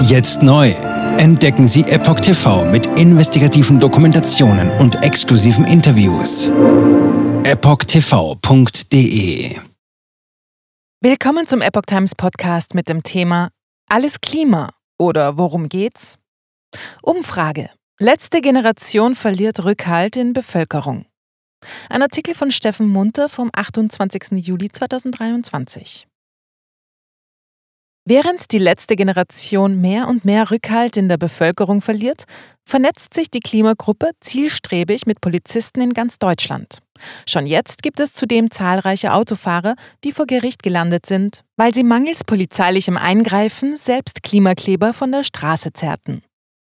Jetzt neu. Entdecken Sie Epoch TV mit investigativen Dokumentationen und exklusiven Interviews. EpochTV.de. Willkommen zum Epoch Times Podcast mit dem Thema Alles Klima oder worum geht's? Umfrage. Letzte Generation verliert Rückhalt in Bevölkerung. Ein Artikel von Steffen Munter vom 28. Juli 2023. Während die letzte Generation mehr und mehr Rückhalt in der Bevölkerung verliert, vernetzt sich die Klimagruppe zielstrebig mit Polizisten in ganz Deutschland. Schon jetzt gibt es zudem zahlreiche Autofahrer, die vor Gericht gelandet sind, weil sie mangels polizeilichem Eingreifen selbst Klimakleber von der Straße zerrten.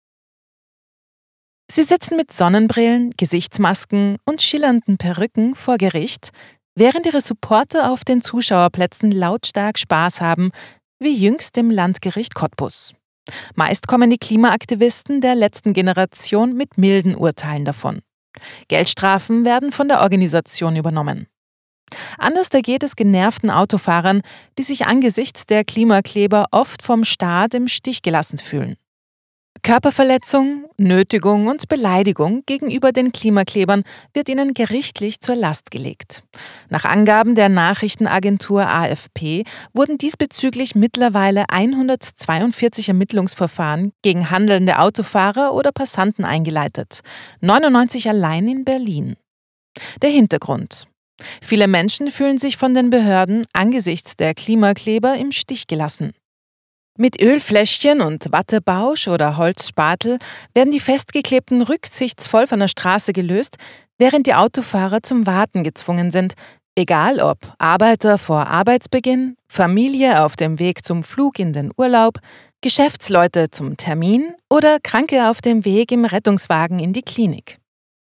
Sie sitzen mit Sonnenbrillen, Gesichtsmasken und schillernden Perücken vor Gericht, während ihre Supporter auf den Zuschauerplätzen lautstark Spaß haben, wie jüngst im Landgericht Cottbus. Meist kommen die Klimaaktivisten der letzten Generation mit milden Urteilen davon. Geldstrafen werden von der Organisation übernommen. Anders ergeht es genervten Autofahrern, die sich angesichts der Klimakleber oft vom Staat im Stich gelassen fühlen. Körperverletzung, Nötigung und Beleidigung gegenüber den Klimaklebern wird ihnen gerichtlich zur Last gelegt. Nach Angaben der Nachrichtenagentur AFP wurden diesbezüglich mittlerweile 142 Ermittlungsverfahren gegen handelnde Autofahrer oder Passanten eingeleitet, 99 allein in Berlin. Der Hintergrund: Viele Menschen fühlen sich von den Behörden angesichts der Klimakleber im Stich gelassen. Mit Ölfläschchen und Wattebausch oder Holzspatel werden die festgeklebten rücksichtsvoll von der Straße gelöst, während die Autofahrer zum Warten gezwungen sind, egal ob Arbeiter vor Arbeitsbeginn, Familie auf dem Weg zum Flug in den Urlaub, Geschäftsleute zum Termin oder Kranke auf dem Weg im Rettungswagen in die Klinik.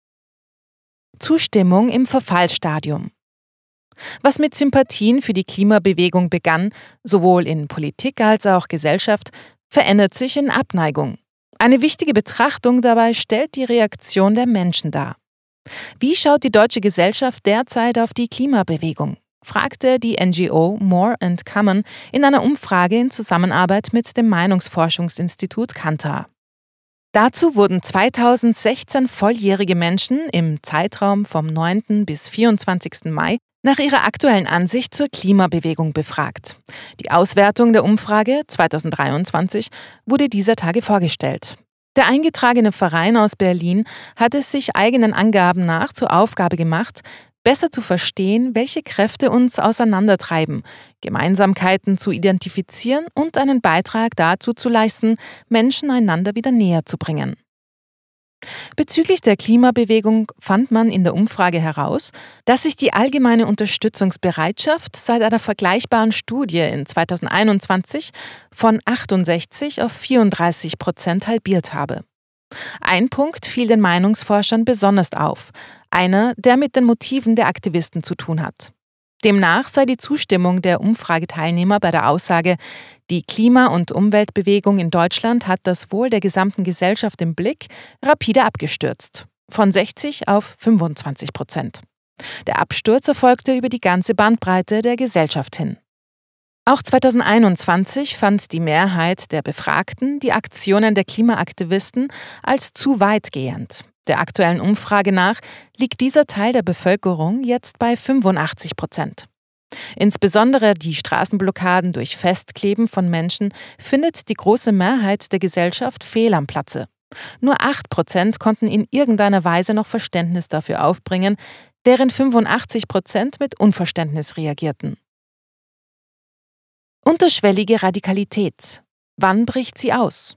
Zustimmung im Verfallsstadium. Was mit Sympathien für die Klimabewegung begann, sowohl in Politik als auch Gesellschaft, verändert sich in Abneigung. Eine wichtige Betrachtung dabei stellt die Reaktion der Menschen dar. Wie schaut die deutsche Gesellschaft derzeit auf die Klimabewegung? Fragte die NGO More & Common in einer Umfrage in Zusammenarbeit mit dem Meinungsforschungsinstitut Kantar. Dazu wurden 2016 volljährige Menschen im Zeitraum vom 9. bis 24. Mai nach ihrer aktuellen Ansicht zur Klimabewegung befragt. Die Auswertung der Umfrage 2023 wurde dieser Tage vorgestellt. Der eingetragene Verein aus Berlin hat es sich eigenen Angaben nach zur Aufgabe gemacht, besser zu verstehen, welche Kräfte uns auseinandertreiben, Gemeinsamkeiten zu identifizieren und einen Beitrag dazu zu leisten, Menschen einander wieder näher zu bringen. Bezüglich der Klimabewegung fand man in der Umfrage heraus, dass sich die allgemeine Unterstützungsbereitschaft seit einer vergleichbaren Studie in 2021 von 68 auf 34% halbiert habe. Ein Punkt fiel den Meinungsforschern besonders auf, einer, der mit den Motiven der Aktivisten zu tun hat. Demnach sei die Zustimmung der Umfrageteilnehmer bei der Aussage, die Klima- und Umweltbewegung in Deutschland hat das Wohl der gesamten Gesellschaft im Blick, rapide abgestürzt, von 60 auf 25%. Der Absturz erfolgte über die ganze Bandbreite der Gesellschaft hin. Auch 2021 fand die Mehrheit der Befragten die Aktionen der Klimaaktivisten als zu weitgehend. Der aktuellen Umfrage nach liegt dieser Teil der Bevölkerung jetzt bei 85%. Insbesondere die Straßenblockaden durch Festkleben von Menschen findet die große Mehrheit der Gesellschaft fehl am Platze. Nur 8% konnten in irgendeiner Weise noch Verständnis dafür aufbringen, während 85% mit Unverständnis reagierten. Unterschwellige Radikalität. Wann bricht sie aus?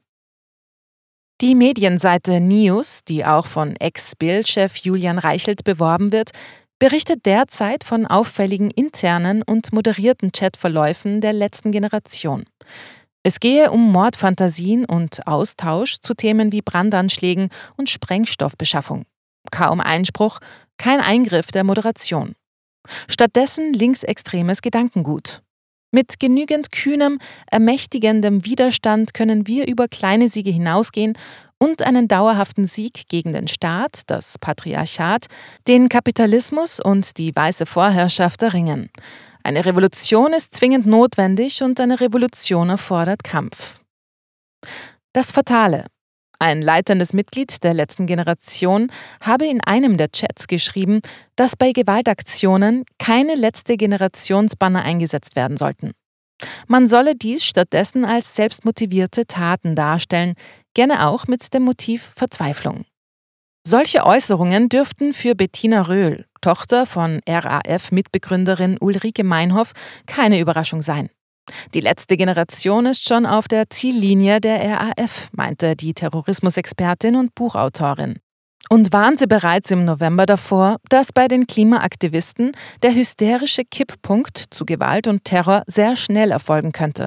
Die Medienseite News, die auch von Ex-Bild-Chef Julian Reichelt beworben wird, berichtet derzeit von auffälligen internen und moderierten Chatverläufen der letzten Generation. Es gehe um Mordfantasien und Austausch zu Themen wie Brandanschlägen und Sprengstoffbeschaffung. Kaum Einspruch, kein Eingriff der Moderation. Stattdessen linksextremes Gedankengut. Mit genügend kühnem, ermächtigendem Widerstand können wir über kleine Siege hinausgehen und einen dauerhaften Sieg gegen den Staat, das Patriarchat, den Kapitalismus und die weiße Vorherrschaft erringen. Eine Revolution ist zwingend notwendig und eine Revolution erfordert Kampf. Das Fatale: Ein leitendes Mitglied der letzten Generation habe in einem der Chats geschrieben, dass bei Gewaltaktionen keine letzte-Generationsbanner eingesetzt werden sollten. Man solle dies stattdessen als selbstmotivierte Taten darstellen, gerne auch mit dem Motiv Verzweiflung. Solche Äußerungen dürften für Bettina Röhl, Tochter von RAF-Mitbegründerin Ulrike Meinhof, keine Überraschung sein. Die letzte Generation ist schon auf der Ziellinie der RAF, meinte die Terrorismusexpertin und Buchautorin. Und warnte bereits im November davor, dass bei den Klimaaktivisten der hysterische Kipppunkt zu Gewalt und Terror sehr schnell erfolgen könnte.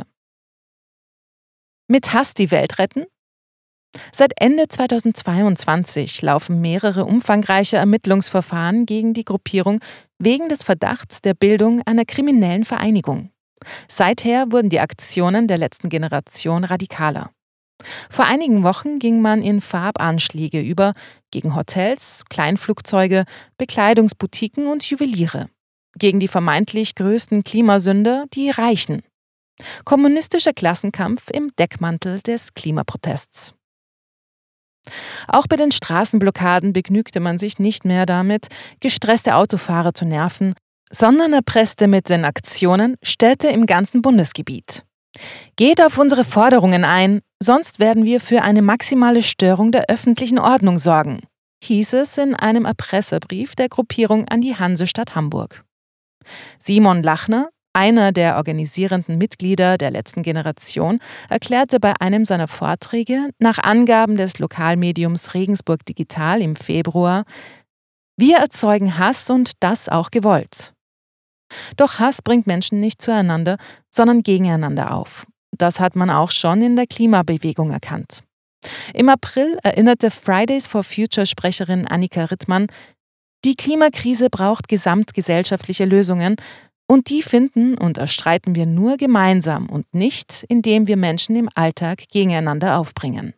Mit Hass die Welt retten? Seit Ende 2022 laufen mehrere umfangreiche Ermittlungsverfahren gegen die Gruppierung wegen des Verdachts der Bildung einer kriminellen Vereinigung. Seither wurden die Aktionen der letzten Generation radikaler. Vor einigen Wochen ging man in Farbanschläge über gegen Hotels, Kleinflugzeuge, Bekleidungsboutiquen und Juweliere. Gegen die vermeintlich größten Klimasünder, die Reichen. Kommunistischer Klassenkampf im Deckmantel des Klimaprotests. Auch bei den Straßenblockaden begnügte man sich nicht mehr damit, gestresste Autofahrer zu nerven, sondern erpresste mit den Aktionen Städte im ganzen Bundesgebiet. Geht auf unsere Forderungen ein, sonst werden wir für eine maximale Störung der öffentlichen Ordnung sorgen, hieß es in einem Erpresserbrief der Gruppierung an die Hansestadt Hamburg. Simon Lachner, einer der organisierenden Mitglieder der letzten Generation, erklärte bei einem seiner Vorträge nach Angaben des Lokalmediums Regensburg Digital im Februar: Wir erzeugen Hass und das auch gewollt. Doch Hass bringt Menschen nicht zueinander, sondern gegeneinander auf. Das hat man auch schon in der Klimabewegung erkannt. Im April erinnerte Fridays for Future-Sprecherin Annika Rittmann: Die Klimakrise braucht gesamtgesellschaftliche Lösungen, und die finden und erstreiten wir nur gemeinsam und nicht, indem wir Menschen im Alltag gegeneinander aufbringen.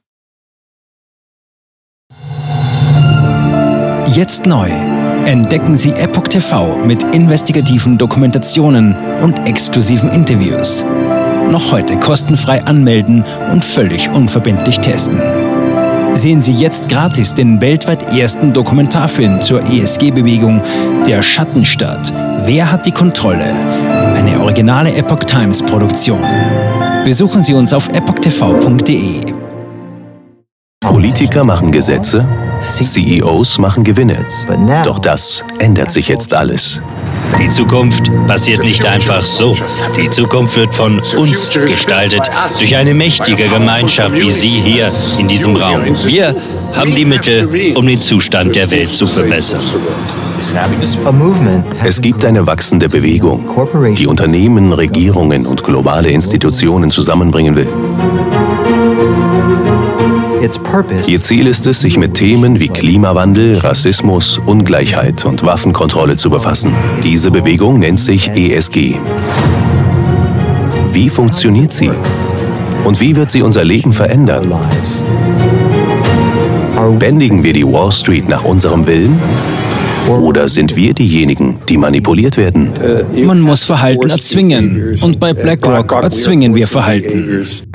Jetzt neu. Entdecken Sie Epoch TV mit investigativen Dokumentationen und exklusiven Interviews. Noch heute kostenfrei anmelden und völlig unverbindlich testen. Sehen Sie jetzt gratis den weltweit ersten Dokumentarfilm zur ESG-Bewegung Der Schattenstaat. Wer hat die Kontrolle? Eine originale Epoch Times Produktion. Besuchen Sie uns auf epochtv.de. Politiker machen Gesetze, CEOs machen Gewinne. Doch das ändert sich jetzt alles. Die Zukunft passiert nicht einfach so. Die Zukunft wird von uns gestaltet, durch eine mächtige Gemeinschaft wie Sie hier in diesem Raum. Wir haben die Mittel, um den Zustand der Welt zu verbessern. Es gibt eine wachsende Bewegung, die Unternehmen, Regierungen und globale Institutionen zusammenbringen will. Ihr Ziel ist es, sich mit Themen wie Klimawandel, Rassismus, Ungleichheit und Waffenkontrolle zu befassen. Diese Bewegung nennt sich ESG. Wie funktioniert sie? Und wie wird sie unser Leben verändern? Bändigen wir die Wall Street nach unserem Willen? Oder sind wir diejenigen, die manipuliert werden? Man muss Verhalten erzwingen. Und bei BlackRock erzwingen wir Verhalten.